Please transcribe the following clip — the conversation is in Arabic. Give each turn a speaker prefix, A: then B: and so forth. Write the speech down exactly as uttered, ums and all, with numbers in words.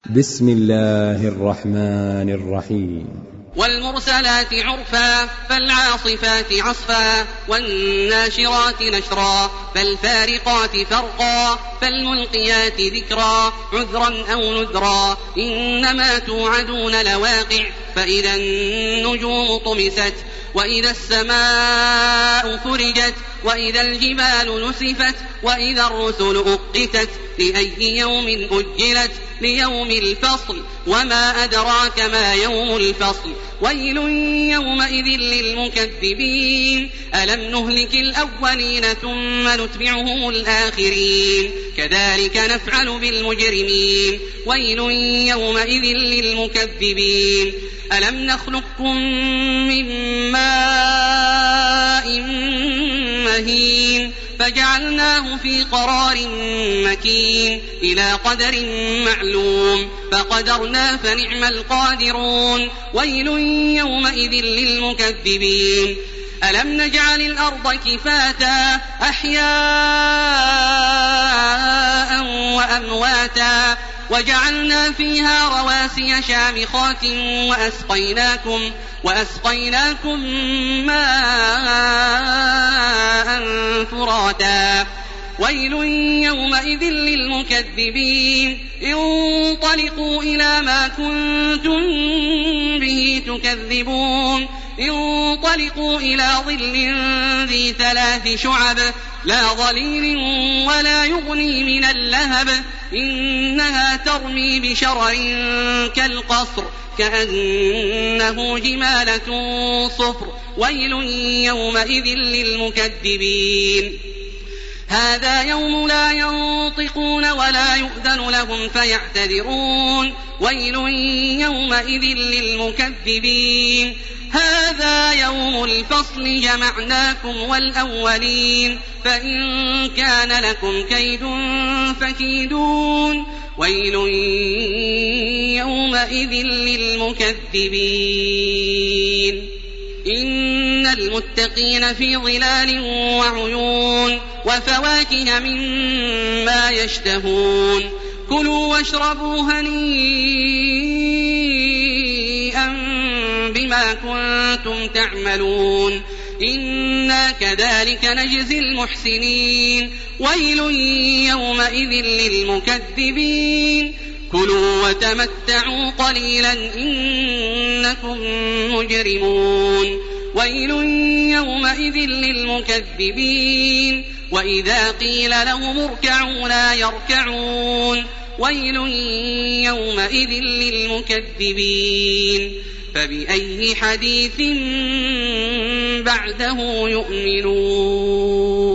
A: بسم الله الرحمن الرحيم.
B: والمرسلات عرفا فالعاصفات عصفا والناشرات نشرا فالفارقات فرقا فالملقيات ذكرا عذرا أو نذرا إنما توعدون لواقع فإذا النجوم طمست وإذا السماء فرجت وإذا الجبال نسفت وإذا الرسل أقتت لأي يوم أجلت ليوم الفصل وما أدراك ما يوم الفصل ويل يومئذ للمكذبين ألم نهلك الأولين ثم نتبعهم الآخرين كذلك نفعل بالمجرمين ويل يومئذ للمكذبين ألم نخلقكم من ماء مهين فجعلناه في قرار مكين إلى قدر معلوم فقدرنا فنعم القادرون ويل يومئذ للمكذبين ألم نجعل الأرض كفاتا أحياء وأمواتا وجعلنا فيها رواسي شامخات وأسقيناكم, وأسقيناكم ماء فراتا ويل يومئذ للمكذبين انطلقوا إلى ما كنتم به تكذبون انطلقوا إلى ظل ذي ثلاث شعب لا ظليل ولا يغني من اللهب إنها ترمي بشرر كالقصر كأنه جمالة صفر ويل يومئذ للمكذبين هذا يوم لا ينطقون ولا يؤذن لهم فيعتذرون ويل يومئذ للمكذبين هذا يوم الفصل جمعناكم والأولين فإن كان لكم كيد فكيدون ويل يومئذ للمكذبين إن المتقين في ظلال وعيون وفواكه مما يشتهون كلوا واشربوا هنيئا بما كنتم تعملون إنا كذلك نجزي المحسنين ويل يومئذ للمكذبين كلوا وتمتعوا قليلا إنكم مجرمون ويل يومئذ للمكذبين وإذا قيل لهم اركعوا لا يركعون ويل يومئذ للمكذبين فبأي حديث بعده يؤمنون.